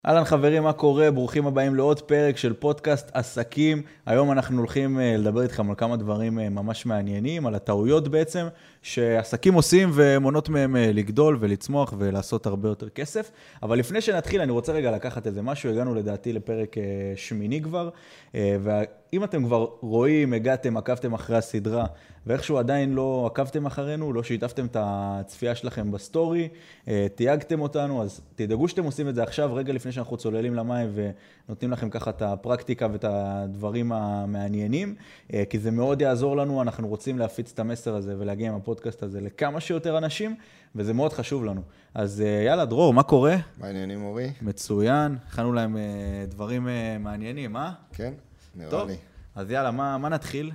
אהלן חברים, מה קורה? ברוכים הבאים לעוד פרק של פודקאסט עסקים. היום אנחנו הולכים לדבר איתכם על כמה דברים ממש מעניינים, על הטעויות בעצם, שעסקים עושים ומונות מהם לגדול ולצמוח ולעשות הרבה יותר כסף. אבל לפני שנתחיל, אני רוצה רגע לקחת איזה משהו, הגענו לדעתי לפרק שמיני כבר, ואם אתם כבר רואים, הגעתם, עקבתם אחרי הסדרה, ואיכשהו עדיין לא עקבתם אחרינו, לא שיתפתם את הצפייה שלכם בסטורי, תייגתם אותנו, אז תדאגו שאתם עושים את זה עכשיו, רגע לפני שאנחנו צוללים למים ונותנים לכם ככה את הפרקטיקה ואת הדברים המעניינים, כי זה מאוד יעזור לנו, אנחנו רוצים להפיץ את המסר הזה ולהגיע עם הפודקאסט הזה לכמה שיותר אנשים, וזה מאוד חשוב לנו. אז יאללה, דרור, מה קורה? מה העניינים, אורי? מצוין, הכנו להם דברים מעניינים, אה? כן, נראה טוב, לי. אז יאללה, מה נתחיל?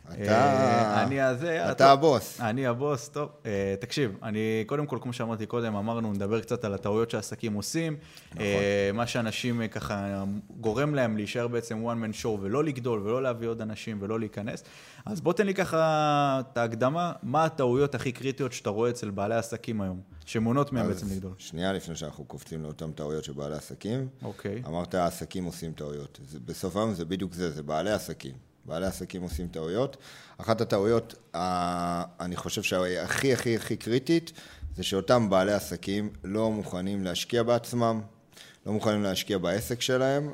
אתה הבוס. אני הבוס, טוב. תקשיב, קודם כל, כמו שאמרתי קודם, אמרנו, נדבר קצת על הטעויות שהעסקים עושים, מה שאנשים ככה גורם להם להישאר בעצם one man show ולא לגדול ולא להביא עוד אנשים ולא להיכנס. אז בוא תן לי ככה את ההקדמה, מה הטעויות הכי קריטיות שאתה רואה אצל בעלי העסקים היום, שמונות מהם בעצם לגדול? שנייה לפני שאנחנו קופצים לאותם טעויות של בעלי עסקים, אוקיי. אמרת, העסקים עושים טעויות. בסוף היום זה בדיוק זה בעלי עסקים. בעלי עסקים עושים טעויות. אחת הטעויות, אני חושב שהכי הכי הכי קריטית, זה שאותם בעלי עסקים לא מוכנים להשקיע בעצמם, לא מוכנים להשקיע בעסק שלהם,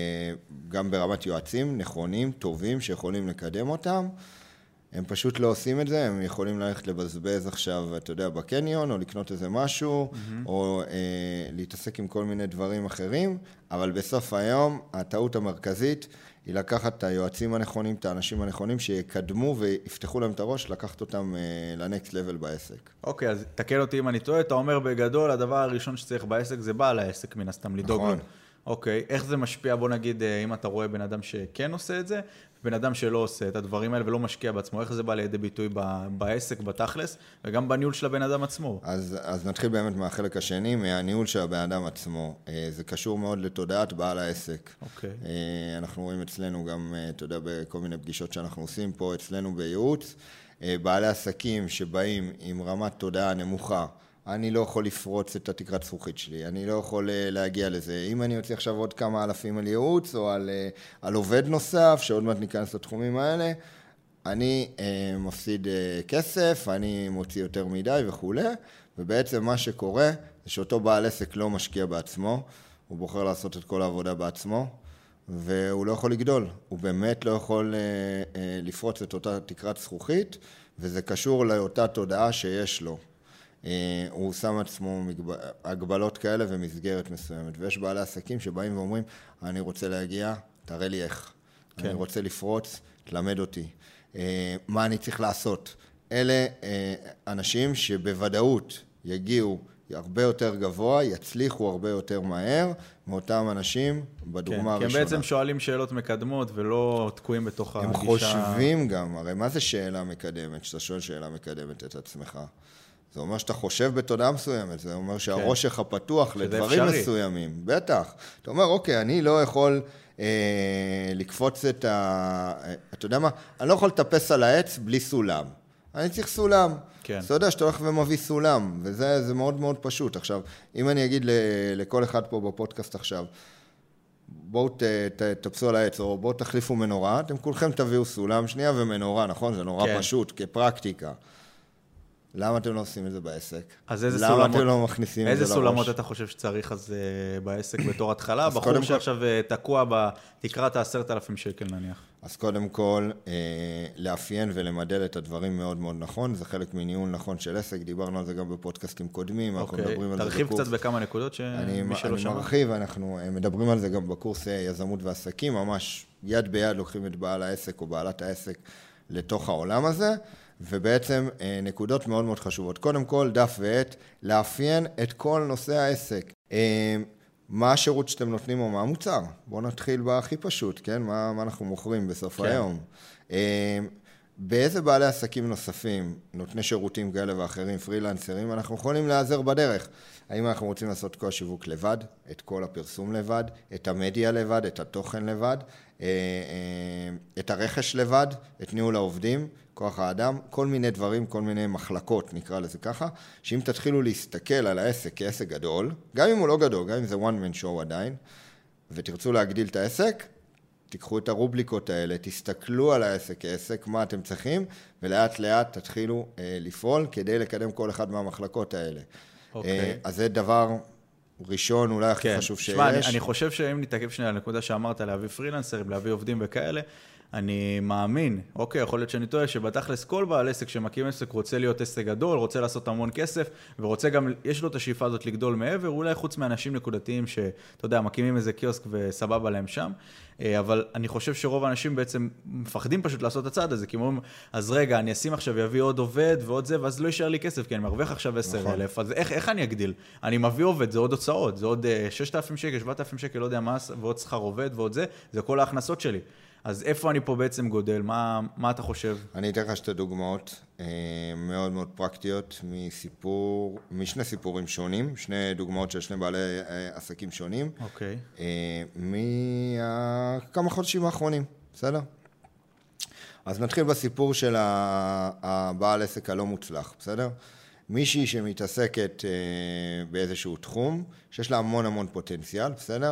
גם ברמת יועצים נכונים, טובים, שיכולים לקדם אותם. הם פשוט לא עושים את זה, הם יכולים ללכת לבזבז עכשיו, אתה יודע, בקניון, או לקנות איזה משהו, או להתעסק עם כל מיני דברים אחרים, אבל בסוף היום, הטעות המרכזית היא לקחת את היועצים הנכונים, את האנשים הנכונים, שיקדמו ויפתחו להם את הראש, לקחת אותם לנקסט לבל בעסק. אוקיי, אז תקן אותי אם אני טועה, אתה אומר בגדול, הדבר הראשון שצריך בעסק זה בעל העסק מן הסתם, לדאוג לו. נכון. אוקיי, איך זה משפיע, בוא נגיד, אם אתה רואה בן אדם שכן עושה את זה, בן אדם שלא עושה את הדברים האלה ולא משקיע בעצמו, איך זה בא לידי ביטוי בעסק, בתכלס, וגם בניהול של הבן אדם עצמו? אז נתחיל באמת מהחלק השני, מהניהול של הבן אדם עצמו. זה קשור מאוד לתודעת בעל העסק. אוקיי. אנחנו רואים אצלנו גם, אתה יודע, בכל מיני פגישות שאנחנו עושים פה אצלנו בייעוץ, בעלי עסקים שבאים עם רמת תודעה נמוכה, אני לא יכול לפרוץ את התקרת זכוכית שלי, אני לא יכול להגיע לזה. אם אני יוצא עכשיו עוד כמה אלפים על ייעוץ, או על עובד נוסף, שעוד מעט ניכנס לתחומים האלה, אני מפסיד כסף, אני מוציא יותר מדי וכו'. ובעצם מה שקורה, זה שאותו בעל עסק לא משקיע בעצמו, הוא בוחר לעשות את כל העבודה בעצמו, והוא לא יכול לגדול. הוא באמת לא יכול לפרוץ את אותה תקרת זכוכית, וזה קשור לאותה תודעה שיש לו. הוא שם עצמו הגבלות כאלה ומסגרת מסוימת. ויש בעלי עסקים שבאים ואומרים, אני רוצה להגיע, תראה לי איך. כן. אני רוצה לפרוץ, תלמד אותי. מה אני צריך לעשות? אלה אנשים שבוודאות יגיעו הרבה יותר גבוה, יצליחו הרבה יותר מהר, מאותם אנשים בדוגמה הראשונה. כי הם בעצם שואלים שאלות מקדמות ולא תקועים בתוך הגישה. הם חושבים גם, הרי מה זה שאלה מקדמת? שאתה שואל שאלה מקדמת את עצמך. זה אומר שאתה חושב בתודעה מסוימת, זה אומר שהראש שלך פתוח לדברים מסוימים. בטח. אתה אומר, אוקיי, אני לא יכול לקפוץ את אתה יודע מה? אני לא יכול לטפס על העץ בלי סולם. אני צריך סולם. כן. אתה יודע שאתה הולך ומביא סולם, וזה מאוד מאוד פשוט. עכשיו, אם אני אגיד לכל אחד פה בפודקאסט עכשיו, בואו תטפסו על העץ, או בואו תחליפו מנורה, אתם כולכם תביאו סולם שנייה ומנורה, נכון? זה נורא פשוט, כפרקטיקה. למה אתם לא עושים את זה בעסק? אז איזה למה סולמות, אתם לא מכניסים את זה לראש? איזה סולמות אתה חושב שצריך אז בעסק בתור התחלה? בחור שעכשיו תקוע בתקרת 10,000 שקל נניח. אז קודם כל, לאפיין ולמדל את הדברים מאוד מאוד נכון, זה חלק מניהול נכון של עסק, דיברנו על זה גם בפודקאסטים קודמים, אנחנו מדברים על זה בקורס. תרחיב קצת בכמה נקודות שמי שלא שמע. אני מרחיב, אנחנו מדברים על זה גם בקורס יזמות ועסקים, ממש יד ביד לוקחים את בעל העסק או בעלת העסק לתוך העולם הזה, ובעצם נקודות מאוד מאוד חשובות. קודם כל, דף ועט, לאפיין את כל נושא העסק. מה השירות שאתם נותנים או מה המוצר? בואו נתחיל בהכי פשוט, כן? מה אנחנו מוכרים בסוף היום. באיזה בעלי עסקים נוספים, נותני שירותים כאלה ואחרים, פרילנסרים, אנחנו יכולים להיעזר בדרך. האם אנחנו רוצים לעשות כל השיווק לבד, את כל הפרסום לבד, את המדיה לבד, את התוכן לבד, את הרכש לבד, את ניהול העובדים, כוח האדם, כל מיני דברים, כל מיני מחלקות, נקרא לזה ככה, שאם תתחילו להסתכל על העסק כעסק גדול, גם אם הוא לא גדול, גם אם זה one man show עדיין, ותרצו להגדיל את העסק, תיקחו את הרובליקות האלה, תסתכלו על העסק כעסק, מה אתם צריכים, ולאט לאט תתחילו לפעול כדי לקדם כל אחד מהמחלקות האלה. אז זה דבר ראשון, אולי הכי חשוב שיש. שמע, אני חושב שאם נתעכב שנייה על הנקודה שאמרת, להביא פרילנסרים, להביא עובדים וכאלה, אני מאמין, יכול להיות שאני טועה, שבתכלס כל בעל עסק שמקים עסק רוצה להיות עסק גדול, רוצה לעשות המון כסף, ורוצה גם, יש לו את השאיפה הזאת לגדול מעבר, אולי חוץ מאנשים נקודתיים שאתה יודע, מקימים איזה קיוסק וסבבה להם שם, אבל אני חושב שרוב האנשים בעצם מפחדים פשוט לעשות את הצעד הזה, כי הם אומרים, אז רגע, אני אשים עכשיו, יביא עוד עובד ועוד זה, ואז לא יישאר לי כסף, כי אני מרוויח עכשיו 10,000, אז איך אני אגדיל? אני מביא עובד, זה עוד הוצאות, זה עוד 6,000 שקל, 7,000 שקל, לא יודע מה, ועוד שכר עובד ועוד זה כל ההכנסות שלי. אז איפה אני פה בעצם גודל? מה אתה חושב? אני אתן לך שתי דוגמאות מאוד מאוד פרקטיות משני סיפורים שונים, שני דוגמאות של שני בעלי עסקים שונים. אוקיי. מכמה חודשים האחרונים, בסדר? אז נתחיל בסיפור של הבעל עסק הלא מוצלח, בסדר? מישהי שמתעסקת באיזשהו תחום, שיש לה המון המון פוטנציאל, בסדר?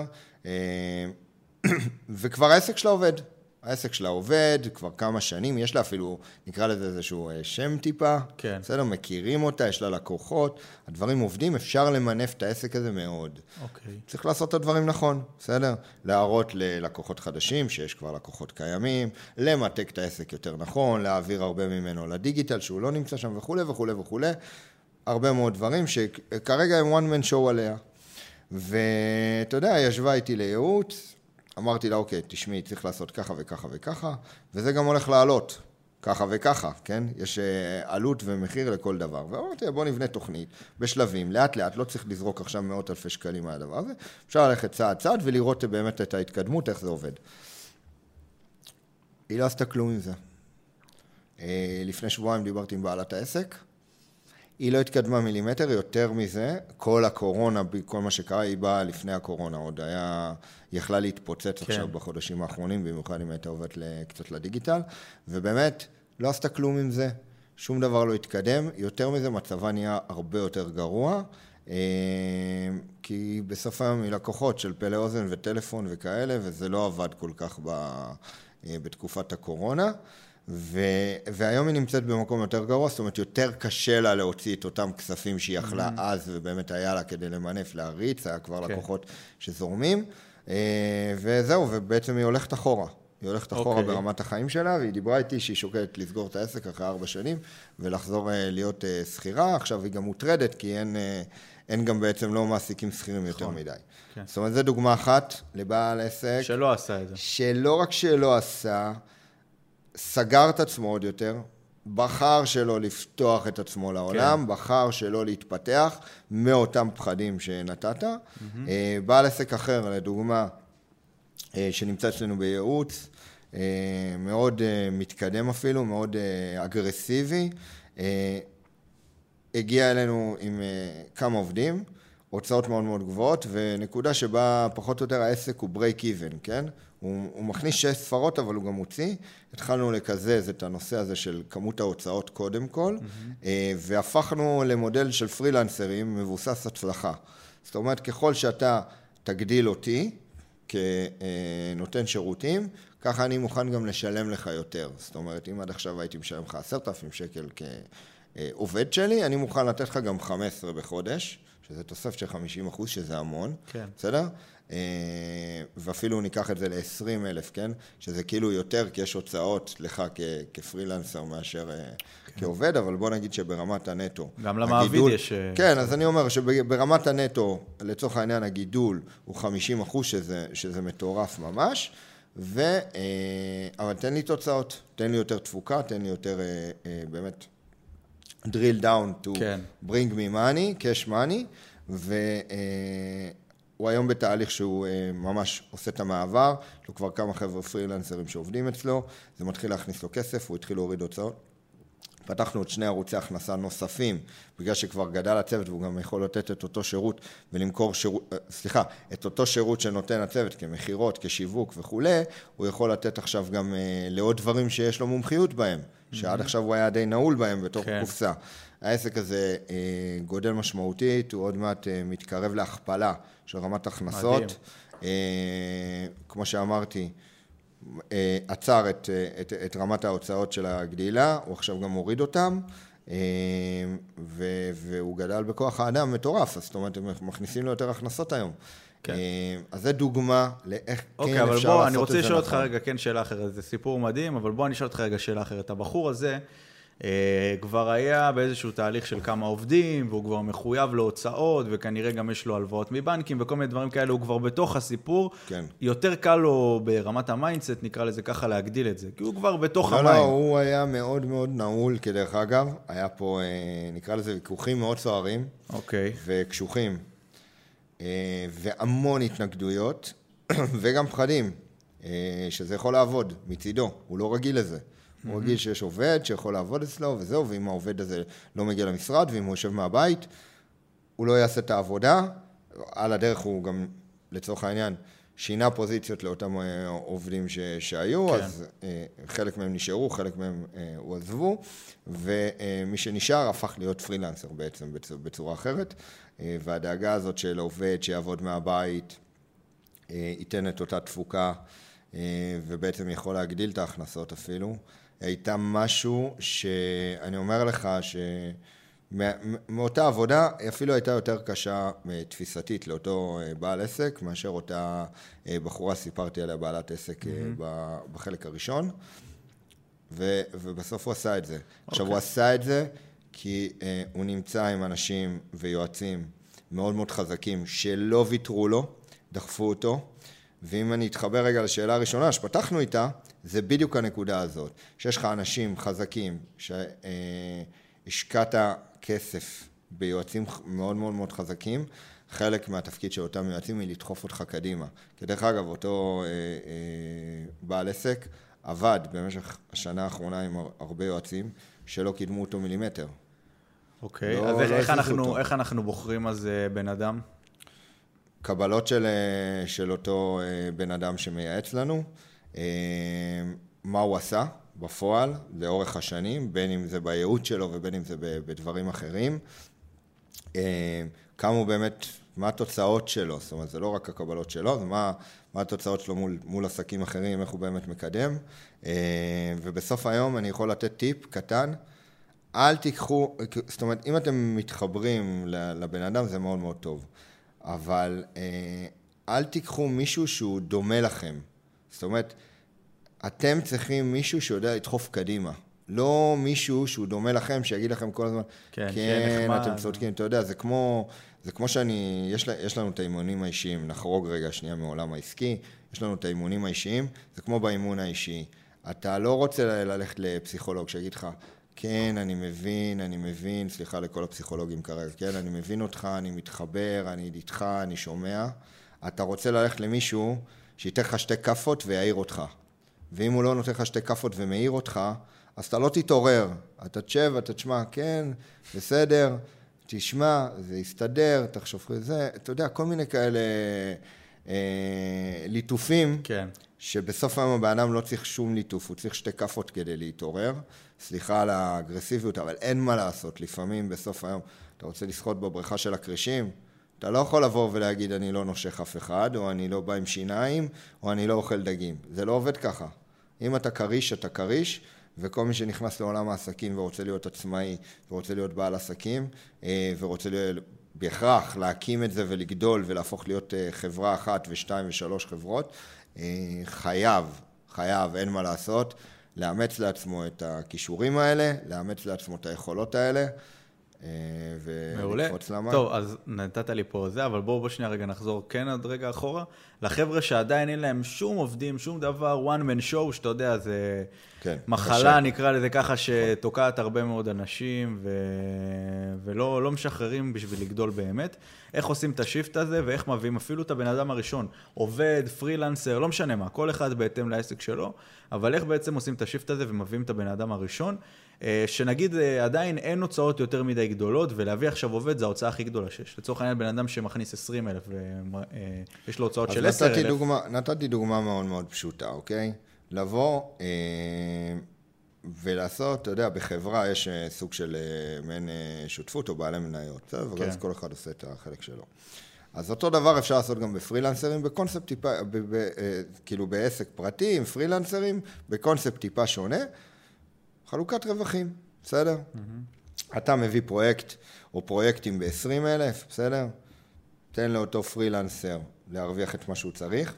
וכבר העסק שלה עובד. העסק שלה עובד כבר כמה שנים, יש לה אפילו, נקרא לזה איזשהו שם טיפה, כן. בסדר, מכירים אותה, יש לה לקוחות, הדברים עובדים, אפשר למנף את העסק הזה מאוד. אוקיי. צריך לעשות את הדברים נכון, בסדר? להראות ללקוחות חדשים, שיש כבר לקוחות קיימים, למתק את העסק יותר נכון, להעביר הרבה ממנו לדיגיטל, שהוא לא נמצא שם וכו' וכו' וכו'. הרבה מאוד דברים שכרגע הם one man show עליה. ואתה יודע, ישבה איתי לייעוץ, אמרתי לה, אוקיי, תשמעי, צריך לעשות ככה וככה וככה, וזה גם הולך לעלות, ככה וככה, כן? יש עלות ומחיר לכל דבר. ואמרתי, בוא נבנה תוכנית בשלבים, לאט לאט, לא צריך לזרוק עכשיו מאות אלפי שקלים מהדבר הזה, אפשר ללכת צעד צעד ולראות באמת את ההתקדמות, איך זה עובד. היא לא עשתה כלום עם זה. לפני שבועיים דיברתי עם בעלת העסק, היא לא התקדמה מילימטר, יותר מזה, כל הקורונה, כל מה שקרה, היא באה לפני הקורונה, עוד יכלה להתפוצץ עכשיו בחודשים האחרונים, במיוחד אם הייתה עובדת קצת לדיגיטל, ובאמת, לא עשתה כלום עם זה, שום דבר לא התקדם, יותר מזה מצבה נהיה הרבה יותר גרוע, כי בסוף היום היא לקוחות של פלא אוזן וטלפון וכאלה, וזה לא עבד כל כך בתקופת הקורונה, והיום היא נמצאת במקום יותר גרוע, זאת אומרת, יותר קשה לה להוציא את אותם כספים שהיא יכלה אז, ובאמת היה לה כדי למנף, להריץ, היה כבר לקוחות שזורמים, וזהו, ובעצם היא הולכת אחורה. היא הולכת אחורה ברמת החיים שלה, והיא דיברה איתי שהיא שוקלת לסגור את העסק אחרי 4 שנים, ולחזור להיות שכירה. עכשיו היא גם מוטרדת, כי אין גם בעצם לא מעסיקים שכירים יותר מדי. זאת אומרת, זו דוגמה אחת לבעל עסק. שלא עשה את זה. שלא רק שלא עשה, סגר את עצמו עוד יותר, בחר שלא לפתוח את עצמו לעולם, בחר שלא להתפתח מאותם פחדים שנתת. בעל עסק אחר, לדוגמה, שנמצא אצלנו בייעוץ, מאוד מתקדם אפילו, מאוד אגרסיבי, הגיע אלינו עם כמה עובדים, הוצאות מאוד מאוד גבוהות, ונקודה שבה פחות או יותר העסק הוא break even, כן? הוא מכניס 6 ספרות, אבל הוא גם מוציא. התחלנו לקזז את הנושא הזה של כמות ההוצאות קודם כל, והפכנו למודל של פרילנסרים מבוסס הצלחה. זאת אומרת, ככל שאתה תגדיל אותי כנותן שירותים, ככה אני מוכן גם לשלם לך יותר. זאת אומרת, אם עד עכשיו הייתי משלם לך 10,000 שקל כעובד שלי, אני מוכן לתת לך גם 15 בחודש, שזה תוספת של 50%, שזה המון, כן. בסדר? ואפילו ניקח את זה ל-20,000, כן? שזה כאילו יותר, כי יש הוצאות לך כפרילנסר מאשר כעובד, אבל בוא נגיד שברמת הנטו. גם למעביד יש... כן, אז אני אומר שברמת הנטו, לצורך העניין הגידול הוא 50%, שזה מטורף ממש, אבל תן לי תוצאות, תן לי יותר תפוקה, תן לי יותר באמת drill down to bring me money, cash money, הוא היום בתהליך שהוא ממש עושה את המעבר, יש לו כבר כמה חבר'ה פרילנסרים שעובדים אצלו, זה מתחיל להכניס לו כסף, הוא התחיל להוריד הוצאות. פתחנו עוד 2 ערוצי הכנסה נוספים, בגלל שכבר גדל הצוות, והוא גם יכול לתת את אותו שירות ולמכור שירות, את אותו שירות שנותן הצוות כמחירות, כשיווק וכו', הוא יכול לתת עכשיו גם לעוד דברים שיש לו מומחיות בהם, שעד עכשיו הוא היה די נעול בהם בתוך קופסה. העסק הזה גודל משמעותית, הוא עוד מעט מתקרב להכפלה של רמת הכנסות. כמו שאמרתי, עצר את רמת ההוצאות של הגדילה, הוא עכשיו גם מוריד אותם, והוא גדל בכוח האדם מטורף, זאת אומרת, הם מכניסים לו יותר הכנסות היום. אז זה דוגמה לאיך כן אפשר לעשות את זה. אבל בוא, אני רוצה לשאול אותך רגע, כן, שאלה אחרת, זה סיפור מדהים, אבל בוא אני אשאל אותך רגע שאלה אחרת. הבחור הזה כבר היה באיזשהו תהליך של כמה עובדים, והוא כבר מחויב להוצאות, וכנראה גם יש לו הלוואות מבנקים, וכל מיני דברים כאלה, הוא כבר בתוך הסיפור. כן. יותר קל לו ברמת המיינדסט, נקרא לזה ככה, להגדיל את זה, כי הוא כבר בתוך המים. לא, הוא היה מאוד מאוד נעול, כדרך אגב. היה פה, נקרא לזה, ויכוחים מאוד סוערים. אוקיי. וקשוחים. והמון התנגדויות, וגם פחדים, שזה יכול לעבוד מצידו. הוא לא רגיל לזה. הוא רגיל שיש עובד שיכול לעבוד אצלו וזהו, ואם העובד הזה לא מגיע למשרד, ואם הוא יושב מהבית, הוא לא יעשה את העבודה. על הדרך הוא גם, לצורך העניין, שינה פוזיציות לאותם עובדים שהיו, כן. אז חלק מהם נשארו, חלק מהם הועזבו, ומי שנשאר הפך להיות פרילנסר בעצם בצורה אחרת, והדאגה הזאת של עובד שיעבוד מהבית, ייתן את אותה תפוקה, ובעצם יכול להגדיל את ההכנסות אפילו, הייתה משהו שאני אומר לך מאותה עבודה אפילו הייתה יותר קשה תפיסתית לאותו בעל עסק, מאשר אותה בחורה סיפרתי עליה בעלת עסק בחלק הראשון, ובסוף הוא עשה את זה. עכשיו הוא עשה את זה כי הוא נמצא עם אנשים ויועצים מאוד מאוד חזקים שלא ויתרו לו, דחפו אותו, ואם אני אתחבר רגע לשאלה הראשונה שפתחנו איתה, זה בדיוק הנקודה הזאת, שיש לך אנשים חזקים שהשקעת כסף ביועצים מאוד מאוד מאוד חזקים, חלק מהתפקיד של אותם יועצים היא לדחוף אותך קדימה. כדרך אגב, אותו בעל עסק עבד במשך השנה האחרונה עם הרבה יועצים שלא קידמו אותו מילימטר. אוקיי, אז איך אנחנו בוחרים אז בן אדם? קבלות של אותו בן אדם שמייעץ לנו, מה הוא עשה בפועל לאורך השנים, בין אם זה בייעוץ שלו ובין אם זה בדברים אחרים, כמה הוא באמת, מה התוצאות שלו, זאת אומרת זה לא רק הקבלות שלו, זה מה התוצאות שלו מול עסקים אחרים, איך הוא באמת מקדם, ובסוף היום אני יכול לתת טיפ קטן, אל תיקחו, זאת אומרת אם אתם מתחברים לבן אדם זה מאוד מאוד טוב, אבל אל תיקחו מישהו שהוא דומה לכם. זאת אומרת, אתם צריכים מישהו שיודע לדחוף קדימה. לא מישהו שהוא דומה לכם, שיגיד לכם כל הזמן, כן, אתם צודקים, אתה יודע, זה כמו יש לנו את האימונים האישיים, נחרוג רגע שנייה מעולם העסקי, יש לנו את האימונים האישיים, זה כמו באימון האישי. אתה לא רוצה ללכת לפסיכולוג שיגיד לך, כן, אני מבין, סליחה לכל הפסיכולוגים כרגע, כן, אני מבין אותך, אני מתחבר, אני איתך, אני שומע. אתה רוצה ללכת למישהו שייתן לך 2 כפות ויעיר אותך. ואם הוא לא נותן לך 2 כפות ומעיר אותך, אז אתה לא תתעורר. אתה תשב, אתה תשמע, כן, בסדר, תשמע, זה יסתדר, תחשוב זה, אתה יודע, כל מיני כאלה ליטופים, כן. שבסוף היום הבאדם לא צריך שום ליטוף, הוא צריך 2 כפות כדי להתעורר. סליחה על האגרסיביות, אבל אין מה לעשות. לפעמים בסוף היום אתה רוצה לשחות בבריכה של הקרישים, אתה לא יכול לבוא ולהגיד אני לא נושך אף אחד, או אני לא בא עם שיניים, או אני לא אוכל דגים. זה לא עובד ככה. אם אתה קריש, אתה קריש, וכל מי שנכנס לעולם העסקים ורוצה להיות עצמאי, ורוצה להיות בעל עסקים, ורוצה בהכרח להקים את זה ולגדול ולהפוך להיות חברה 1 ו2 ו3 חברות, חייב, אין מה לעשות. לאמץ לעצמו את הכישורים האלה, לאמץ לעצמו את היכולות האלה, ולקפוץ למים. טוב, אז נתת לי פה זה, אבל בואו שנייה רגע נחזור כן עוד רגע אחורה. לחבר'ה שעדיין אין להם שום עובדים, שום דבר, one man show, שאתה יודע, זה כן, מחלה, קשה. נקרא לזה ככה, שתוקעת הרבה מאוד אנשים, ולא משחררים בשביל לגדול באמת. איך עושים את השיפט הזה, ואיך מביאים אפילו את הבן אדם הראשון, עובד, פרילנסר, לא משנה מה, כל אחד בהתאם לעסק שלו, אבל איך בעצם עושים את השיפט הזה ומביאים את הבן אדם הראשון, שנגיד עדיין אין הוצאות יותר מדי גדולות, ולהביא עכשיו עובד זה ההוצאה הכי גדולה שיש. לצורך העניין בן אדם שמכניס 20,000 ויש לו הוצאות של 10,000. נתתי דוגמה מאוד מאוד פשוטה, אוקיי? לבוא ולעשות, אתה יודע, בחברה יש סוג של מעין שותפות או בעלי מניות, ואז כל אחד עושה את החלק שלו. אז אותו דבר אפשר לעשות גם בפרילנסרים, בקונספט טיפה, כאילו בעסק פרטי עם פרילנסרים, בקונספט טיפה שונה, חלוקת רווחים, בסדר? אתה מביא פרויקט או פרויקטים ב-20,000, בסדר? תן לאותו פרילנסר להרוויח את מה שהוא צריך,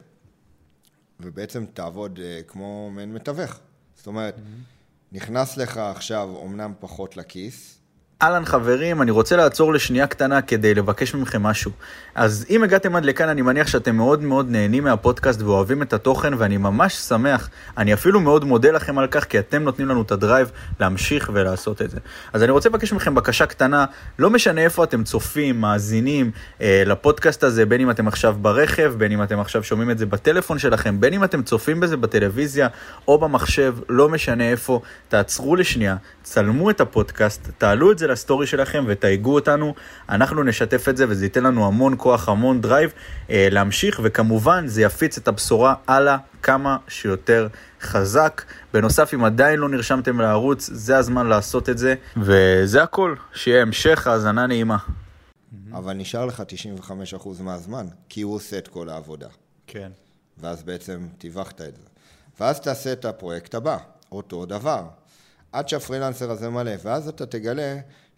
ובעצם תעבוד כמו מעין מתווך. זאת אומרת, נכנס לך עכשיו אומנם פחות לכיס, אהלן חברים, אני רוצה לעצור לשנייה קטנה כדי לבקש מכם משהו. אז אם הגעתם עד לכאן, אני מניח שאתם מאוד מאוד נהנים מהפודקאסט ואוהבים את התוכן, ואני ממש שמח, אני אפילו מאוד מודה לכם על כך, כי אתם נותנים לנו את הדרייב להמשיך ולעשות את זה. אז אני רוצה לבקש מכם בקשה קטנה, לא משנה איפה אתם צופים, מאזינים לפודקאסט הזה, בין אם אתם עכשיו ברכב, בין אם אתם עכשיו שומעים את זה בטלפון שלכם, בין אם אתם צופים בזה בטלוויזיה או במחשב, לא משנה איפה, תעצרו לשנייה, צלמו את הפודקאסט, תעלו את זה לסטורי שלכם ותייגו אותנו, אנחנו נשתף את זה וזה ייתן לנו המון כוח, המון דרייב להמשיך, וכמובן זה יפיץ את הבשורה הלאה כמה שיותר חזק. בנוסף, אם עדיין לא נרשמתם לערוץ, זה הזמן לעשות את זה, וזה הכל, שיהיה המשך האזנה נעימה. אבל נשאר לך 95% מהזמן, כי הוא עושה את כל העבודה. כן. ואז בעצם תיווכת את זה. ואז תעשה את הפרויקט הבא, אותו דבר. עד שהפרילנסר הזה מלא, ואז אתה תגלה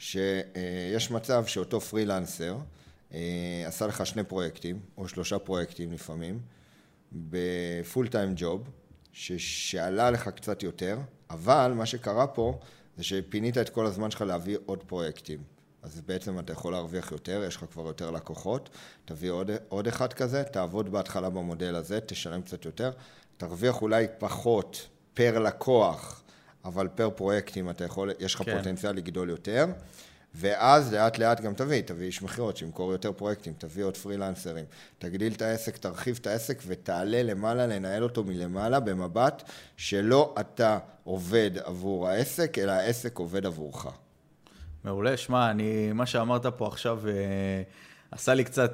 שיש מצב שאותו פרילנסר עשה לך 2 פרויקטים, או 3 פרויקטים לפעמים, בפול טיים ג'וב, שעלה לך קצת יותר, אבל מה שקרה פה זה שפינית את כל הזמן שלך להביא עוד פרויקטים. אז בעצם אתה יכול להרוויח יותר, יש לך כבר יותר לקוחות, תביא עוד אחד כזה, תעבוד בהתחלה במודל הזה, תשלם קצת יותר, תרוויח אולי פחות פר לקוח, אבל פר פרויקטים אתה יכול, יש לך פוטנציאל לגדול יותר, ואז לאט לאט גם תביא איש מחירות, שימכור יותר פרויקטים, תביא עוד פרילנסרים, תגדיל את העסק, תרחיב את העסק ותעלה למעלה, לנהל אותו מלמעלה במבט שלא אתה עובד עבור העסק, אלא העסק עובד עבורך. מעולה, שמע, מה שאמרת פה עכשיו עשה לי קצת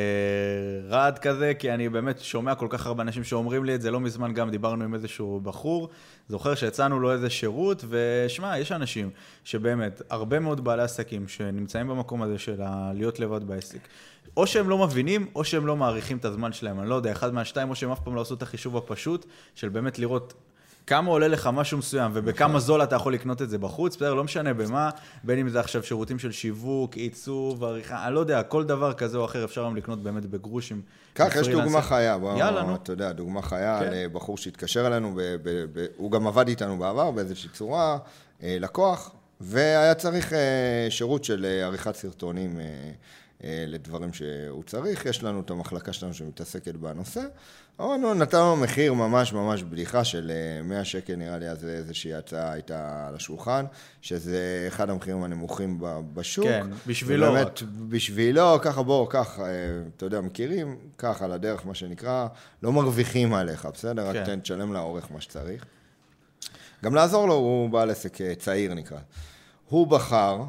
רעד כזה, כי אני באמת שומע כל כך הרבה אנשים שאומרים לי את זה, לא מזמן גם דיברנו עם איזשהו בחור, זוכר שהצענו לו איזה שירות, ושמע, יש אנשים שבאמת, הרבה מאוד בעלי עסקים שנמצאים במקום הזה של להיות לבד בעסק, או שהם לא מבינים, או שהם לא מעריכים את הזמן שלהם, אני לא יודע, אחד מהשתיים, או שהם אף פעם לא עשו את החישוב הפשוט, של באמת לראות כמה עולה לך משהו מסוים, ובכמה זול אתה יכול לקנות את זה בחוץ, בסדר, לא משנה במה, בין אם זה עכשיו שירותים של שיווק, עיצוב, עריכה, אני לא יודע, כל דבר כזה או אחר אפשר גם לקנות באמת בגרושים. כך, יש דוגמה חיה, יאללה, נו. אתה יודע, דוגמה חיה לבחור שהתקשר אלינו, הוא גם עבד איתנו בעבר באיזושהי צורה, לקוח, והיה צריך שירות של עריכת סרטונים לדברים שהוא צריך, יש לנו את המחלקה שלנו שמתעסקת בנושא, אבל נתנו מחיר ממש ממש בדיחה של 100 שקל, נראה לי אז איזושהי הצעה הייתה על השולחן, שזה אחד המחירים הנמוכים בשוק. כן, בשבילו. באמת, בשבילו, ככה ככה, אתה יודע, מכירים, ככה על הדרך מה שנקרא, לא מרוויחים עליך, בסדר? כן. רק תשלם לעורך מה שצריך. גם לעזור לו, הוא בעל עסק צעיר נקרא. הוא בחר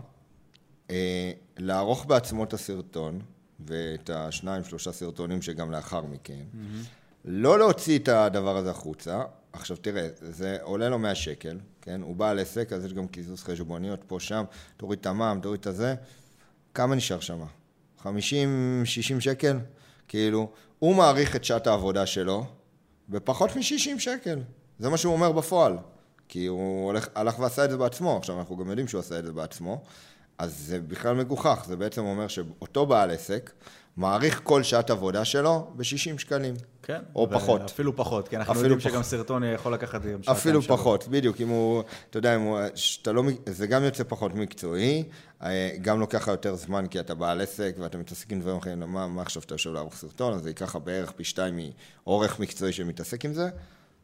לערוך בעצמו את הסרטון, ואת 2-3 סרטונים שגם לאחר מכן, לא להוציא את הדבר הזה החוצה. עכשיו תראה, זה עולה לו 100 שקל, כן? הוא בעל עסק, אז יש גם קיזוז חשבוניות פה שם, תוריד את המע"מ, תוריד את הזה, כמה נשאר שם? 50-60 שקל? כאילו, הוא מעריך את שעת העבודה שלו, בפחות מ-60 שקל. זה מה שהוא אומר בפועל, כי הוא הלך ועשה את זה בעצמו, עכשיו אנחנו גם יודעים שהוא עשה את זה בעצמו, אז זה בכלל מגוחך, זה בעצם אומר שאותו בעל עסק מעריך כל שעת עבודה שלו ב-60 שקלים. כן. או פחות. אפילו פחות, כי אנחנו יודעים שגם סרטון יכול לקחת גם שעתיים. אפילו פחות, בדיוק. אם הוא, אתה יודע, זה גם יוצא פחות מקצועי, גם לוקח יותר זמן כי אתה בעל עסק ואתה מתעסק עם דברים אחרים, מה עכשיו אתה יושב לערוך סרטון, אז זה ייקח בערך פי 2 מעורך מקצועי שמתעסק עם זה.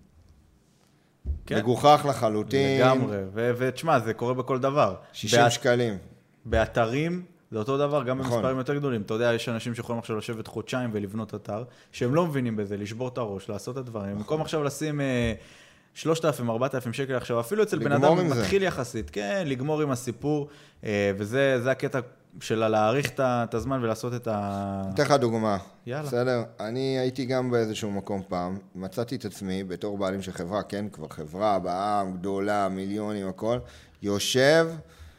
מגוחך לחלוטין. לגמרי, ותשמע, זה קורה בכל דבר. 60 שקלים. באתרים זה אותו דבר גם נכון. במספרים יותר גדולים. אתה יודע, יש אנשים שיכולים עכשיו לשבת חודשיים ולבנות אתר, שהם לא מבינים בזה, לשבור את הראש, לעשות את הדברים. במקום עכשיו לשים 3,000, 4,000 שקל עכשיו, אפילו אצל בן אדם מתחיל יחסית, כן, לגמור עם הסיפור, וזה הקטע של להעריך את הזמן ולעשות את אתן לך דוגמה. יאללה. בסדר? אני הייתי גם באיזשהו מקום פעם, מצאתי את עצמי בתור בעלים של חברה, כן, כבר חברה בעם, גדולה, מיליונים, הכל, יושב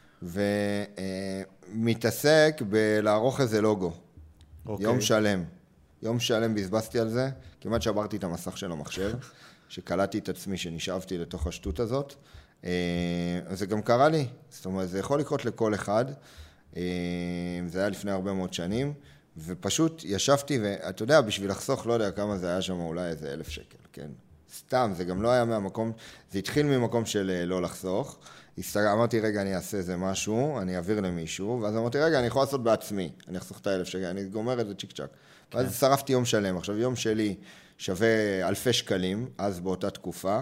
ומתעסק בלערוך איזה לוגו. יום שלם. יום שלם בזבזתי על זה, כמעט שברתי את המסך של המחשב, שקלטתי את עצמי שנשאבתי לתוך השטות הזאת. זה גם קרה לי, זאת אומרת, זה יכול לקרות לכל אחד. זה היה לפני הרבה מאוד שנים, ופשוט ישבתי, ואתה יודע, בשביל לחסוך, לא יודע כמה זה היה שם, אולי איזה 1,000 שקל, כן? סתם, זה גם לא היה מהמקום, זה התחיל ממקום של לא לחסוך. אמרתי, רגע, אני אעשה איזה משהו, אני אעביר למישהו, ואז אמרתי, רגע, אני יכול לעשות בעצמי, אני אחסוך את 1,000 שקל, אני גומר את זה צ'יק צ'ק. ואז שרפתי יום שלם. עכשיו, יום שלי שווה אלפי שקלים, אז באותה תקופה.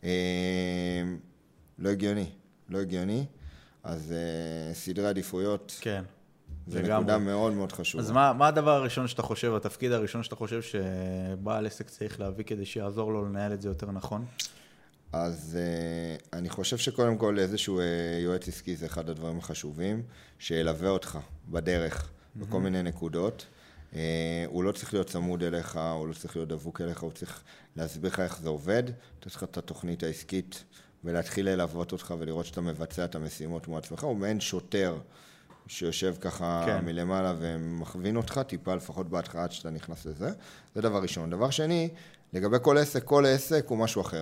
לא הגיוני, לא הגיוני. אז סדרי עדיפויות, כן. זה נקודה מאוד מאוד חשובה. אז מה הדבר הראשון שאתה חושב, התפקיד הראשון שאתה חושב שבעל עסק צריך להביא כדי שיעזור לו לנהל את זה יותר נכון? אז אני חושב שקודם כל איזשהו יועץ עסקי זה אחד הדברים החשובים, שילווה אותך בדרך, בכל מיני נקודות. הוא לא צריך להיות צמוד אליך, הוא לא צריך להיות דבוק אליך, הוא צריך להסביר לך איך זה עובד, אתה צריך את התוכנית העסקית, ולהתחיל ללוות אותך ולראות שאתה מבצע את המשימות מעצמך, הוא מעין שוטר שיושב ככה מלמעלה ומכווין אותך, טיפה לפחות בהתחלה עד שאתה נכנס לזה. זה דבר ראשון. דבר שני, לגבי כל עסק הוא משהו אחר.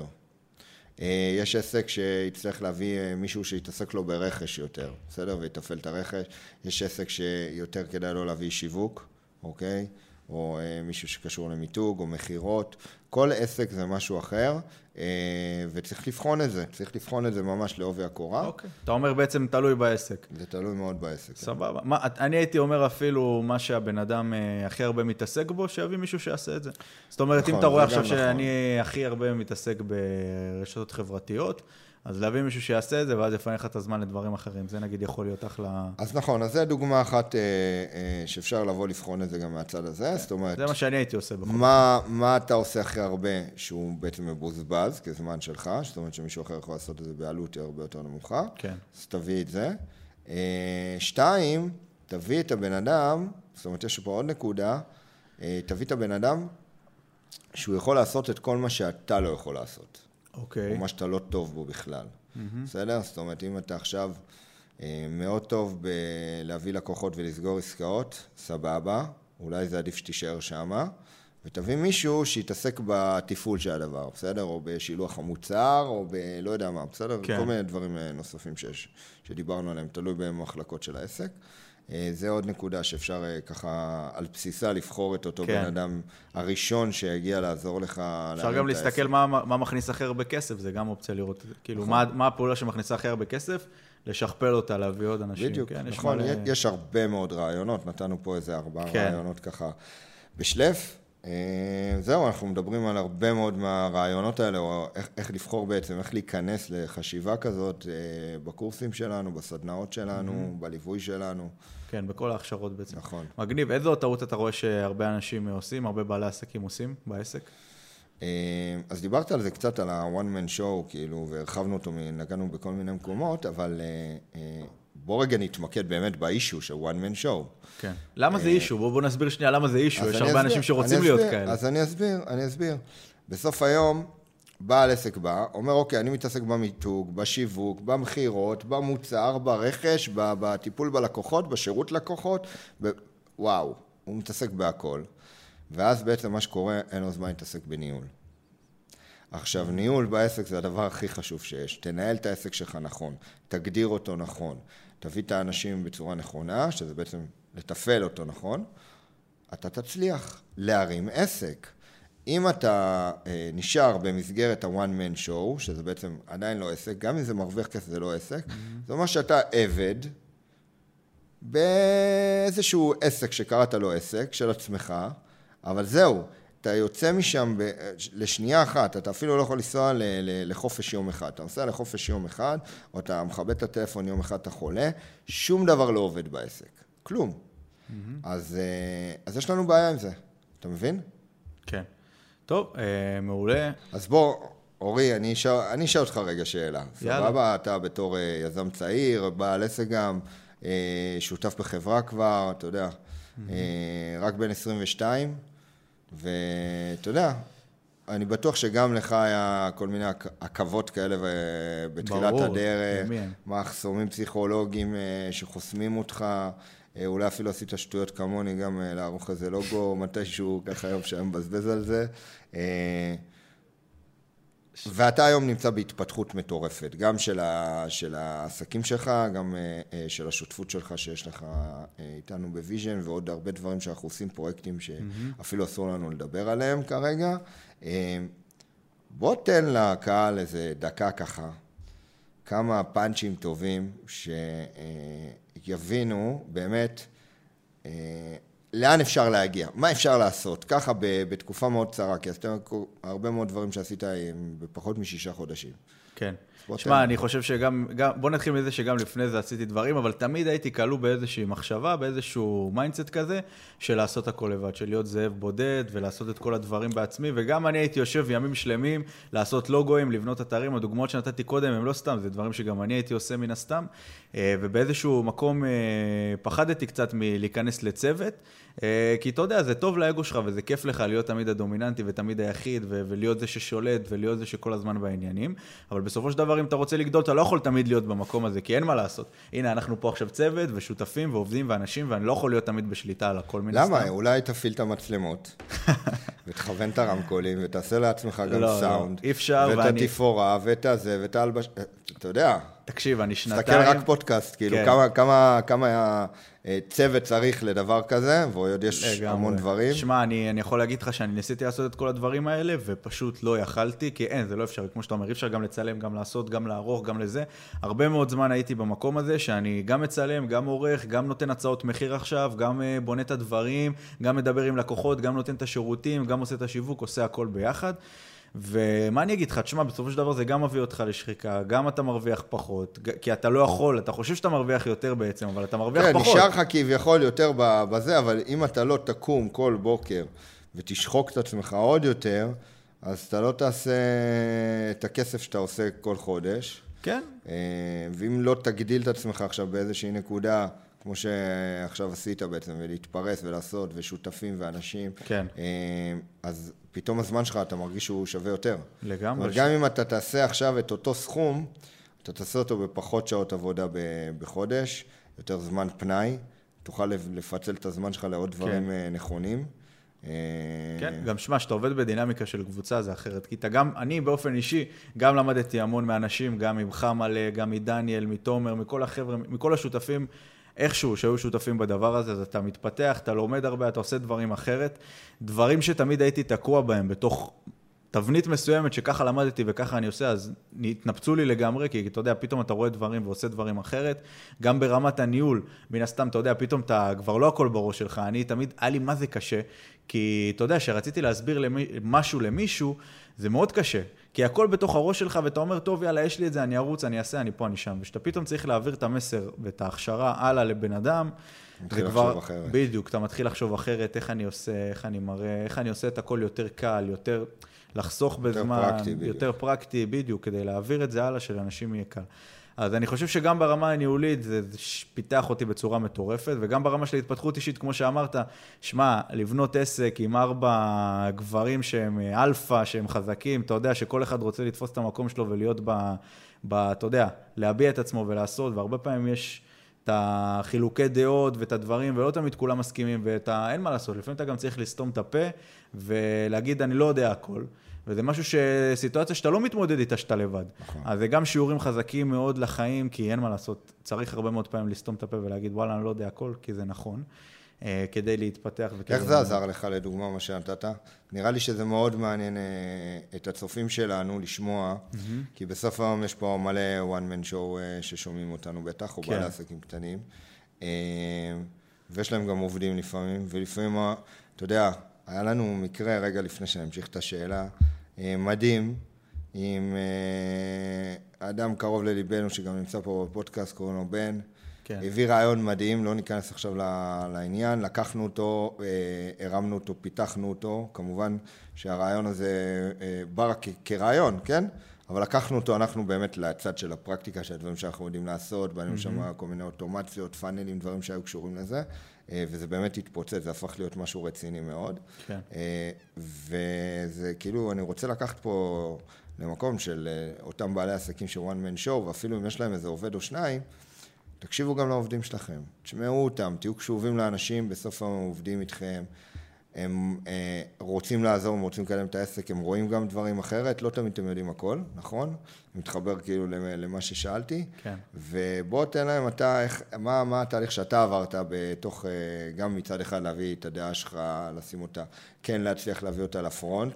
יש עסק שיצטרך להביא מישהו שיתעסק לו ברכש יותר, בסדר? ויתפעל את הרכש. יש עסק שיותר כדאי לו להביא שיווק, אוקיי? או מישהו שקשור למיתוג או מחירות. כל עסק זה משהו אחר, וצריך לבחון את זה. צריך לבחון את זה ממש לעובי הקורה. אוקיי. אתה אומר בעצם תלוי בעסק. זה תלוי מאוד בעסק. סבבה. אני הייתי אומר אפילו מה שהבן אדם הכי הרבה מתעסק בו, שיביא מישהו שיעשה את זה. זאת אומרת, אם אתה רואה עכשיו שאני הכי הרבה מתעסק ברשתות חברתיות, אז להביא מישהו שיעשה את זה, ואז יפנה לך את הזמן לדברים אחרים. זה נגיד יכול להיות אחלה... אז נכון, אז זה דוגמה אחת שאפשר לבוא לבחון את זה גם מהצד הזה, זאת אומרת... זה מה שאני הייתי עושה בכל זאת. מה אתה עושה הכי הרבה שהוא בעצם מבוזבז כזמן שלך, זאת אומרת שמישהו אחר יכול לעשות את זה בעלות הרבה יותר נמוכה, כן. אז תביא את זה. 2, תביא את הבן אדם, זאת אומרת יש פה עוד נקודה, תביא את הבן אדם שהוא יכול לעשות את כל מה שאתה לא יכול לעשות. אוקיי. או מה שאתה לא טוב בו בכלל. בסדר? זאת אומרת, אם אתה עכשיו מאוד טוב בלהביא לקוחות ולסגור עסקאות, סבבה, אולי זה עדיף שתישאר שמה, ותביא מישהו שיתעסק בתפעול של הדבר, בסדר? או בשילוח המוצר, או לא יודע מה, בסדר? כן. כל מיני דברים נוספים שדיברנו עליהם, תלוי במחלקות של העסק. זה עוד נקודה שאפשר ככה על בסיסה לבחור את אותו בן אדם הראשון שהגיע לעזור לך. אפשר גם להסתכל מה מכניס הכי הרבה כסף, זה גם אופציה לראות, כאילו מה הפעולה שמכניסה הכי הרבה כסף, לשכפל אותה, להביא עוד אנשים. בדיוק, נכון, יש הרבה מאוד רעיונות, נתנו פה איזה 4 רעיונות ככה בשלף. זהו, אנחנו מדברים על הרבה מאוד מהרעיונות האלה, או איך לבחור בעצם, איך להיכנס לחשיבה כזאת בקורסים שלנו, בסדנאות שלנו, בליווי שלנו. כן, בכל ההכשרות בעצם. נכון. מגניב, איזו טעות אתה רואה שהרבה אנשים עושים, הרבה בעלי עסקים עושים בעסק? אז דיברת על זה קצת, על ה-one man show, כאילו, והרחבנו אותו, נגענו בכל מיני מקומות, אבל בוא רגע נתמקד באמת באישו של one man show. כן. למה זה אישו? בוא נסביר שנייה למה זה אישו. יש הרבה אנשים שרוצים להיות כאלה. אז אני אסביר. בסוף היום, בעל עסק בא, אומר, אוקיי, אני מתעסק במיתוג, בשיווק, במחירות, במוצר, ברכש, בטיפול בלקוחות, בשירות לקוחות, וואו, הוא מתעסק בהכל. ואז בעצם מה שקורה, אין לו זמן להתעסק בניהול. עכשיו, ניהול בעסק זה הדבר הכי חשוב שיש. תנהל את העסק שלך נכון, תגדיר אותו נכון, תביא את האנשים בצורה נכונה, שזה בעצם לתפעל אותו נכון, אתה תצליח להרים עסק. אם אתה נשאר במסגרת ה-one man show, שזה בעצם עדיין לא עסק, גם אם זה מרוויח כסף זה לא עסק, זה אומר שאתה עבד באיזשהו עסק שקראת לו עסק של עצמך, אבל זהו, אתה יוצא משם לשנייה אחת, אתה אפילו לא יכול לנסוע לחופש יום אחד. אתה נוסע לחופש יום אחד, או אתה מכבד את הטלפון יום אחד, אתה חולה, שום דבר לא עובד בעסק. כלום. אז יש לנו בעיה עם זה, אתה מבין? כן. טוב, מעולה. אז בוא, אורי, אני אשאל אותך רגע שאלה. סבבה, אתה בתור יזם צעיר, בעל עסק גם, שותף בחברה כבר, אתה יודע, רק בן 22, ואתה יודע, אני בטוח שגם לך היה כל מיני עקבות כאלה בתחילת הדרך, מחסומים פסיכולוגיים שחוסמים אותך, אולי אפילו עשית שטויות כמוני, גם לערוך איזה לוגו, מתישהו ככה היום שהם מבזבז על זה. ואתה היום נמצא בהתפתחות מטורפת, גם של העסקים שלך, גם של השותפות שלך שיש לך איתנו בוויז'ן, ועוד הרבה דברים שאנחנו עושים, פרויקטים שאפילו אסור לנו לדבר עליהם כרגע. בוא תן לקהל איזה דקה ככה, כמה פאנצ'ים טובים שיבינו באמת לאן אפשר להגיע, מה אפשר לעשות, ככה בתקופה מאוד צרה, כי עשיתם הרבה מאוד דברים שעשית בפחות מ6 חודשים. כן. שמע, אני חושב שגם, בוא נתחיל מזה שגם לפני זה עשיתי דברים, אבל תמיד הייתי כלוא באיזושהי מחשבה, באיזשהו מיינדסט כזה, של לעשות הכל לבד, של להיות זאב בודד, ולעשות את כל הדברים בעצמי, וגם אני הייתי יושב ימים שלמים, לעשות לוגויים, לבנות אתרים, הדוגמאות שנתתי קודם, הם לא סתם, זה דברים שגם אני הייתי עושה מן הסתם, ובאיזשהו מקום פחדתי קצת מלהיכנס לצוות, כי אתה יודע, זה טוב לאגו שלך, וזה כיף לך להיות תמיד הדומיננטי ותמיד היחיד, ולהיות זה ששולט, ולהיות זה שכל הזמן בעניינים. אבל בסופו של דבר, אם אתה רוצה לגדול, אתה לא יכול תמיד להיות במקום הזה, כי אין מה לעשות. הנה, אנחנו פה עכשיו צוות, ושותפים, ועובדים, ואנשים, ואני לא יכול להיות תמיד בשליטה על הכל מן הסתם. למה? אולי תפעיל את המצלמות, ותכוון את הרמקולים, ותעשה לעצמך גם סאונד. אי אפשר, ואת התפאורה, ואת הזה, ואת ההלבש... אתה יודע. תקשיב, אני שנתיים... תסתכל רק פודקאסט, כאילו, כמה צוות צריך לדבר כזה, ועוד יש המון דברים. שמע, אני יכול להגיד לך שאני ניסיתי לעשות את כל הדברים האלה, ופשוט לא יכלתי, כי אין, זה לא אפשר, כמו שאתה אומר, אי אפשר גם לצלם, גם לעשות, גם לערוך, גם לזה. הרבה מאוד זמן הייתי במקום הזה, שאני גם מצלם, גם עורך, גם נותן הצעות מחיר עכשיו, גם בונה את הדברים, גם מדבר עם לקוחות, גם נותן את השירותים, גם עושה את השיווק, עושה הכל ביחד. ומה אני אגיד לך, תשמע, בסופו של דבר זה גם מביא אותך לשחיקה, גם אתה מרוויח פחות, כי אתה לא יכול, אתה חושב שאתה מרוויח יותר בעצם, אבל אתה מרוויח פחות. נשאר לך כביכול יותר בזה, אבל אם אתה לא תקום כל בוקר ותשחוק את עצמך עוד יותר, אז אתה לא תעשה את הכסף שאתה עושה כל חודש. כן. ואם לא תגדיל את עצמך עכשיו באיזושהי נקודה, כמו שעכשיו עשית בעצם, ולהתפרס ולעשות, ושותפים ואנשים, כן. אז פתאום הזמן שלך, אתה מרגיש שהוא שווה יותר. לגמרי. אבל גם אם אתה תעשה עכשיו את אותו סכום, אתה תעשה אותו בפחות שעות עבודה בחודש, יותר זמן פנאי, תוכל לפצל את הזמן שלך לעוד דברים נכונים. כן, גם שמה, שאתה עובד בדינמיקה של קבוצה זה אחרת, כי אתה גם, אני באופן אישי, גם למדתי המון מאנשים, גם מחמאלה, גם מדניאל, מתומר, מכל החבר'ה, מכל השותפים, איכשהו שהיו שותפים בדבר הזה, אז אתה מתפתח, אתה לומד הרבה, אתה עושה דברים אחרת, דברים שתמיד הייתי תקוע בהם בתוך תבנית מסוימת שככה למדתי וככה אני עושה, אז התנפצו לי לגמרי, כי אתה יודע, פתאום אתה רואה דברים ועושה דברים אחרת, גם ברמת הניהול, מן הסתם, אתה יודע, פתאום אתה כבר לא הכל בראש שלך, אני תמיד, היה לי מה זה קשה, כי אתה יודע, שרציתי להסביר משהו למישהו, זה מאוד קשה, כי הכל בתוך הראש שלך, ואתה אומר, טוב, יאללה, יש לי את זה, אני ארוץ, אני אעשה, אני פה, אני שם, ושאתה פתאום צריך להעביר את המסר ואת ההכשרה הלאה לבן אדם, מתחיל לחשוב אחרת. בדיוק, אתה מתחיל לחשוב אחרת, איך אני עושה, איך אני מראה, איך אני עושה את הכל יותר קל, יותר לחסוך בזמן, יותר פרקטי, בדיוק, כדי להעביר את זה הלאה שלאנשים יהיה קל. אז אני חושב שגם ברמה הניהולית זה פיתח אותי בצורה מטורפת, וגם ברמה של התפתחות אישית, כמו שאמרת, שמה, לבנות עסק עם 4 גברים שהם אלפא, שהם חזקים, אתה יודע שכל אחד רוצה לתפוס את המקום שלו ולהיות אתה יודע, להביע את עצמו ולעשות, והרבה פעמים יש את החילוקי דעות ואת הדברים, ולא תמיד כולם מסכימים, אין מה לעשות, לפעמים אתה גם צריך לסתום את הפה, ולהגיד אני לא יודע הכל, וזה משהו סיטואציה שאתה לא מתמודד איתה שאתה לבד. נכון. אז זה גם שיעורים חזקים מאוד לחיים, כי אין מה לעשות, צריך הרבה מאוד פעמים לסתום את הפה ולהגיד, וואלה, אני לא יודע הכל, כי זה נכון, כדי להתפתח. איך זה עזר לך לדוגמה מה שנתת? נראה לי שזה מאוד מעניין את הצופים שלנו לשמוע, כי בסוף היום יש פה מלא one man show ששומעים אותנו בטח, או בעלי עסקים קטנים, ויש להם גם עובדים לפעמים, ולפעמים, אתה יודע, היה לנו מקרה רגע לפני שנמשיך את השאלה, מדהים, עם אדם קרוב לליבנו שגם נמצא פה בפודקאסט, קוראים לו בן, כן. הביא רעיון מדהים, לא ניכנס עכשיו לעניין, לקחנו אותו, הרמנו אותו, פיתחנו אותו, כמובן שהרעיון הזה בא רק כרעיון, כן? אבל לקחנו אותו אנחנו באמת לצד של הפרקטיקה, של הדברים שאנחנו יודעים לעשות, בנינו שם כל מיני אוטומציות, פאנלים, דברים שהיו קשורים לזה, וזה באמת התפוצץ, זה הפך להיות משהו רציני מאוד. כן. וזה כאילו, אני רוצה לקחת פה למקום של אותם בעלי עסקים של one man show, ואפילו אם יש להם איזה עובד או שניים, תקשיבו גם לעובדים שלכם, תשמעו אותם, תהיו קשובים לאנשים, בסוף הם עובדים איתכם, הם רוצים לעזור, הם רוצים לקדם את העסק, הם רואים גם דברים אחרת, לא תמיד אתם יודעים הכל, נכון? מתחבר כאילו למה ששאלתי, כן. ובוא תן להם אתה, מה התהליך שאתה עברת בתוך, גם מצד אחד להביא את הדעה שלך, לשים אותה, כן להצליח להביא אותה לפרונט,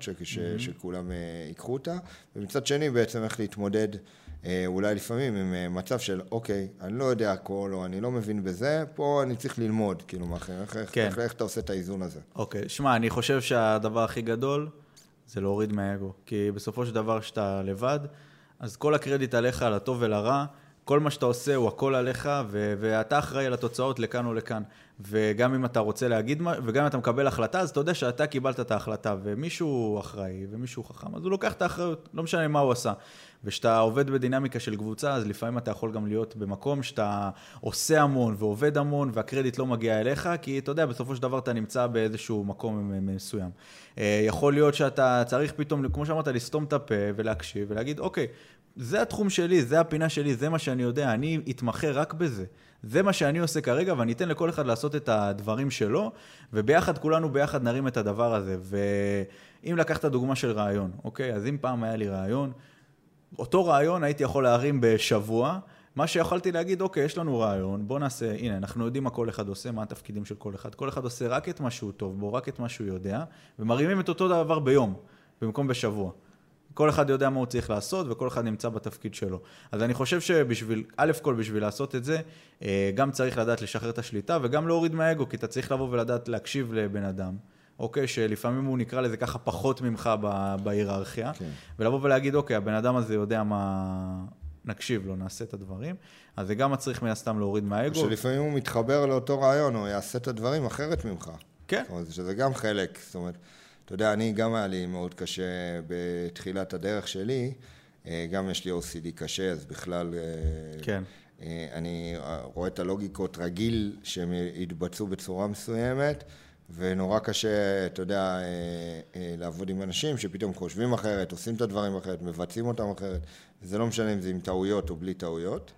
שכולם ייקחו אותה, ומצד שני בעצם איך להתמודד, אולי לפעמים עם מצב של, אוקיי, אני לא יודע הכל, או אני לא מבין בזה, פה אני צריך ללמוד, כאילו, איך אתה עושה את האיזון הזה. אוקיי, שמע, אני חושב שהדבר הכי גדול זה להוריד מהאגו, כי בסופו של דבר שאתה לבד, אז כל הקרדיט עליך, לטוב ולרע, כל מה שאתה עושה הוא הכל עליך, ואתה אחראי על התוצאות לכאן או לכאן. וגם אם אתה רוצה להגיד מה, וגם אם אתה מקבל החלטה, אז אתה יודע שאתה קיבלת את ההחלטה, ומישהו אחראי, ומישהו חכם, אז הוא לוקח את האחריות, לא משנה מה הוא עשה. ושאתה עובד בדינמיקה של קבוצה, אז לפעמים אתה יכול גם להיות במקום שאתה עושה המון ועובד המון, והקרדיט לא מגיע אליך, כי אתה יודע, בסופו של דבר אתה נמצא באיזשהו מקום מסוים. יכול להיות שאתה צריך פתאום, כמו שאמרת, לסתום את הפה ולהקשיב ולהגיד, אוקיי, זה התחום שלי, זה הפינה שלי, זה מה שאני יודע, אני אתמחה רק בזה. זה מה שאני עושה כרגע, ואני אתן לכל אחד לעשות את הדברים שלו, וביחד, כולנו ביחד נרים את הדבר הזה. ואם לקחת דוגמה של רעיון, אוקיי? אז אם פעם היה לי רעיון, אותו רעיון הייתי יכול להרים בשבוע, מה שיכולתי להגיד, אוקיי, יש לנו רעיון, בוא נעשה, הנה, אנחנו יודעים מה כל אחד עושה, מה התפקידים של כל אחד. כל אחד עושה רק את מה שהוא טוב בו, רק את מה שהוא יודע, ומרימים את אותו דבר ביום, במקום בשבוע. כל אחד יודע מה הוא צריך לעשות, וכל אחד נמצא בתפקיד שלו. אז אני חושב שבשביל, א' כל בשביל לעשות את זה, גם צריך לדעת לשחרר את השליטה, וגם להוריד מהאגו, כי אתה צריך לבוא ולדעת להקשיב לבן אדם, אוקיי? שלפעמים הוא נקרא לזה ככה פחות ממך בהיררכיה, כן. ולבוא ולהגיד, אוקיי, הבן אדם הזה יודע מה... נקשיב לו, נעשה את הדברים, אז זה גם מצריך מהסתם להוריד מהאגו. שלפעמים הוא מתחבר לאותו רעיון, או יעשה את הדברים אחרת ממך. כן. זאת אומרת, שזה גם חלק, זאת אומרת, אתה יודע, אני גם היה לי מאוד קשה בתחילת הדרך שלי, גם יש לי OCD קשה, אז בכלל, כן. אני רואה את הלוגיקות רגיל שהם יתבצעו בצורה מסוימת, ונורא קשה, אתה יודע, לעבוד עם אנשים שפתאום חושבים אחרת, עושים את הדברים אחרת, מבצעים אותם אחרת, זה לא משנה אם זה עם טעויות או בלי טעויות.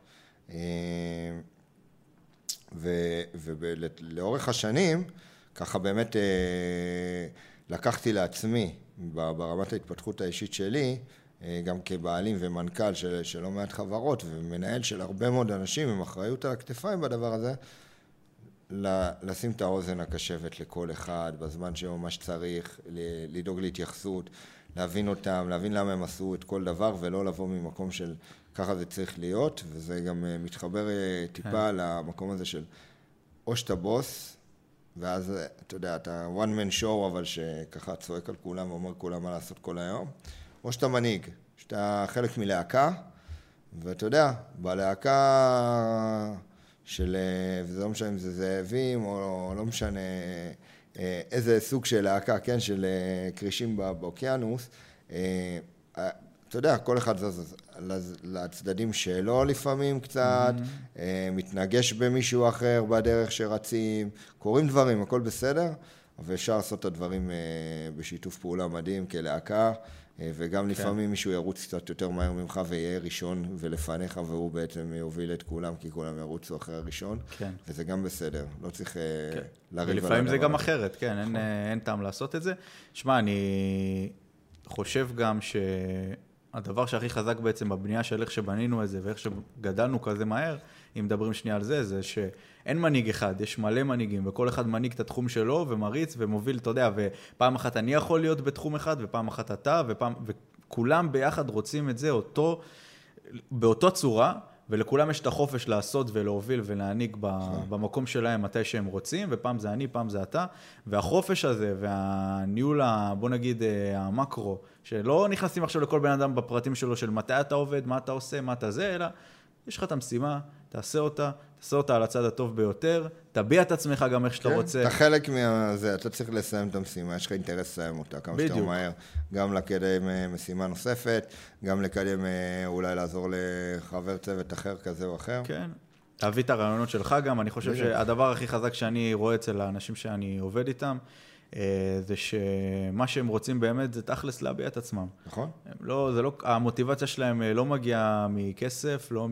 ולאורך השנים, ככה באמת לקחתי לעצמי, ברמת ההתפתחות האישית שלי, גם כבעלים ומנכ"ל של לא מעט חברות, ומנהל של הרבה מאוד אנשים עם אחריות על הכתפיים בדבר הזה, לשים את האוזן הקשבת לכל אחד, בזמן שממש צריך, לדאוג להתייחסות, להבין אותם, להבין למה הם עשו את כל דבר, ולא לבוא ממקום של ככה זה צריך להיות, וזה גם מתחבר טיפה למקום הזה של או שאתה בוס, ואז אתה יודע, אתה one man show, אבל שככה צועק על כולם ואומר כולם מה לעשות כל היום, או שאתה מנהיג, שאתה חלק מלהקה, ואתה יודע, בלהקה של, וזה לא משנה אם זה זאבים, או לא משנה איזה סוג של להקה, כן, של קרישים באוקיינוס, אתה יודע, כל אחד זז לצדדים שלו לפעמים קצת, מתנגש במישהו אחר בדרך שרצים, קוראים דברים, הכל בסדר, ואפשר לעשות את הדברים בשיתוף פעולה מדהים כלהקה, וגם לפעמים מישהו ירוץ קצת יותר מהר ממך ויהיה ראשון ולפניך, והוא בעצם יוביל את כולם, כי כולם ירוצו אחרי הראשון, וזה גם בסדר, לא צריך לריב. ולפעמים זה גם אחרת, כן, אין טעם לעשות את זה. שמע, אני חושב גם שהדבר שהכי חזק בעצם בבנייה של איך שבנינו את זה, ואיך שגדלנו כזה מהר, אם מדברים שנייה על זה, זה שאין מנהיג אחד, יש מלא מנהיגים, וכל אחד מנהיג את התחום שלו, ומריץ ומוביל, אתה יודע, ופעם אחת אני יכול להיות בתחום אחד, ופעם אחת אתה, וכולם ביחד רוצים את זה באותו צורה, ולכולם יש את החופש לעשות ולהוביל ולהנהיג במקום שלהם מתי שהם רוצים, ופעם זה אני, פעם זה אתה, והחופש הזה והניהול, בוא נגיד, המקרו, שלא נכנסים עכשיו לכל בן אדם בפרטים שלו של מתי אתה עובד, מה אתה עושה, מה אתה זה, אלא יש לך את המשימה, תעשה אותה על הצד הטוב ביותר, תביע את עצמך גם איך שאתה רוצה. אתה חלק מזה, אתה צריך לסיים את המשימה, יש לך אינטרס לסיים אותה כמה שיותר מהר, גם לקדם משימה נוספת, גם לקדם אולי לעזור לחבר צוות אחר כזה או אחר. כן, להביא את הרעיונות שלך גם, אני חושב שהדבר הכי חזק שאני רואה אצל האנשים שאני עובד איתם, זה שמה שהם רוצים באמת זה תכלס להביע את עצמם. נכון. המוטיבציה שלהם לא מגיעה מכסף, לא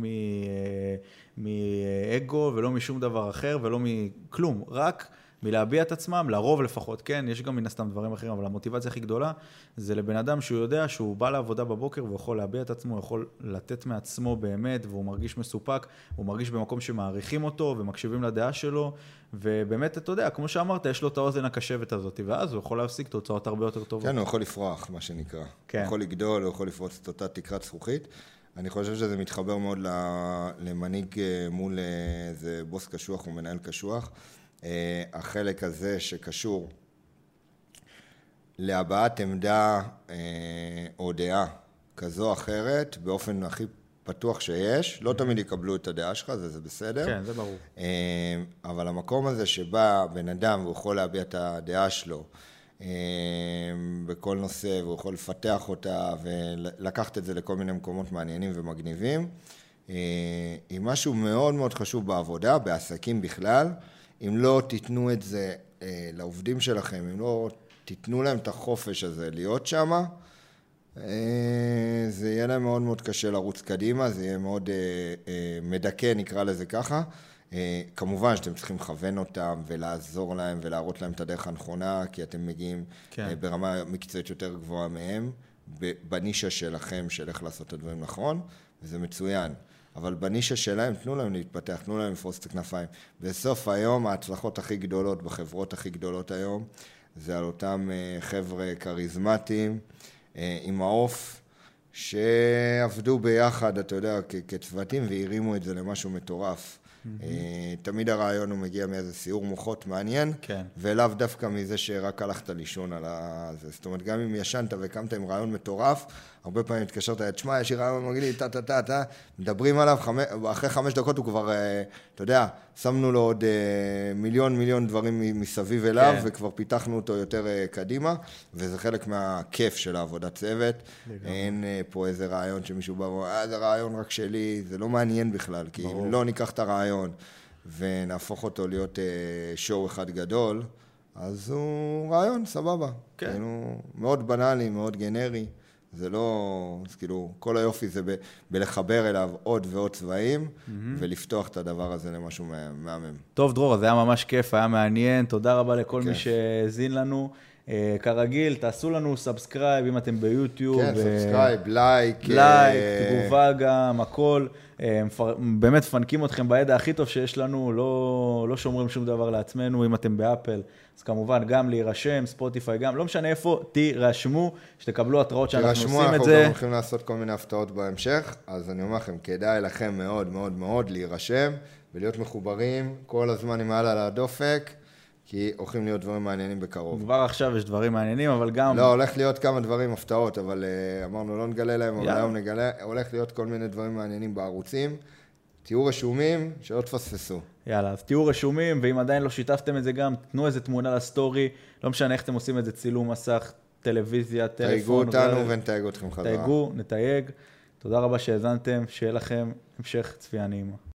מאגו ולא משום דבר אחר ולא מכלום, רק מלהביע את עצמם, לרוב לפחות, כן, יש גם מן הסתם דברים אחרים, אבל המוטיבציה הכי גדולה זה לבן אדם שהוא יודע שהוא בא לעבודה בבוקר והוא יכול להביע את עצמו, הוא יכול לתת מעצמו באמת, והוא מרגיש מסופק, הוא מרגיש במקום שמעריכים אותו ומקשיבים לדעה שלו, ובאמת, אתה יודע, כמו שאמרת, יש לו את האוזן הקשבת הזאת, ואז הוא יכול להפסיק תוצאות הרבה יותר טובות. כן, הוא יכול לפרוח, מה שנקרא. כן. הוא יכול לגדול, הוא יכול לפרוץ את אותה תקרת זכוכית. אני חושב שזה מתחבר מאוד למנהיג מול איזה בוס קשוח או מנהל קשוח. החלק הזה שקשור להבעת עמדה או דעה כזו או אחרת, באופן הכי פתוח שיש, לא תמיד יקבלו את הדעה שלך, זה בסדר. כן, זה ברור. אבל המקום הזה שבא בן אדם והוא יכול להביע את הדעה שלו, בכל נושא, והוא יכול לפתח אותה ולקחת את זה לכל מיני מקומות מעניינים ומגניבים, היא משהו מאוד מאוד חשוב בעבודה, בעסקים בכלל. אם לא תיתנו את זה לעובדים שלכם, אם לא תיתנו להם את החופש הזה להיות שם, זה יהיה להם מאוד מאוד קשה לרוץ קדימה, זה יהיה מאוד מדכא, נקרא לזה ככה. כמובן שאתם צריכים לכוון אותם ולעזור להם ולהראות להם את הדרך הנכונה, כי אתם מגיעים ברמה מקצועית יותר גבוהה מהם, בנישה שלכם של איך לעשות את הדברים נכון, וזה מצוין. אבל בנישה שלהם, תנו להם להתפתח, תנו להם לפרוס את הכנפיים. בסוף היום, ההצלחות הכי גדולות, בחברות הכי גדולות היום, זה על אותם חבר'ה קריזמטיים, עם העוף, שעבדו ביחד, אתה יודע, כצוותים, והרימו את זה למשהו מטורף. תמיד הרעיון הוא מגיע מאיזה סיור מוחות מעניין, ולאו דווקא מזה שרק הלכת לישון על זה. זאת אומרת, גם אם ישנת וקמת עם רעיון מטורף, הרבה פעמים התקשרת, תשמע, יש לי רעיון מגניב, מדברים עליו, אחרי 5 דקות הוא כבר, אתה יודע, שמנו לו עוד מיליון דברים מסביב אליו, וכבר פיתחנו אותו יותר קדימה, וזה חלק מהכיף של העבודת צוות. אין פה איזה רעיון שמישהו בא ואומר, זה רעיון רק שלי, זה לא מעניין בכלל, כי אם לא ניקח את הרעיון ונהפוך אותו להיות שואו אחד גדול, אז הוא רעיון, סבבה. מאוד בנאלי, מאוד גנרי. זה לא, אז כאילו, כל היופי זה בלחבר אליו עוד ועוד צבעים, ולפתוח את הדבר הזה למשהו מהמם. טוב, דרור, זה היה ממש כיף, היה מעניין. תודה רבה לכל מי שהזין לנו. כרגיל, תעשו לנו סאבסקרייב, אם אתם ביוטיוב. כן, סאבסקרייב, לייק. תגובה גם, הכל. באמת פנקים אתכם בידע הכי טוב שיש לנו, לא שומרים שום דבר לעצמנו, אם אתם באפל. אז כמובן גם להירשם, ספוטיפיי גם, לא משנה איפה, תירשמו, שתקבלו התראות שאנחנו עושים את זה. אנחנו גם הולכים לעשות כל מיני הפתעות בהמשך, אז אני אומר לכם, כדאי לכם מאוד מאוד מאוד להירשם, ולהיות מחוברים כל הזמן עם העל הדופק, כי הולכים להיות דברים מעניינים בקרוב. כבר עכשיו יש דברים מעניינים, אבל גם... לא, הולך להיות כמה דברים הפתעות, אבל אמרנו לא נגלה להם, אבל היום נגלה, הולך להיות כל מיני דברים מעניינים בערוצים. תהיו רשומים, שלא תפספסו. יאללה, אז תהיו רשומים, ואם עדיין לא שיתפתם את זה גם, תנו איזה תמונה לסטורי, לא משנה איך אתם עושים את זה, צילום מסך, טלוויזיה, טלפון. תייגו אותנו ונתייג אתכם חזרה. תייגו, נתייג. תודה רבה שהאזנתם, שיהיה לכם המשך צפייה נעימה.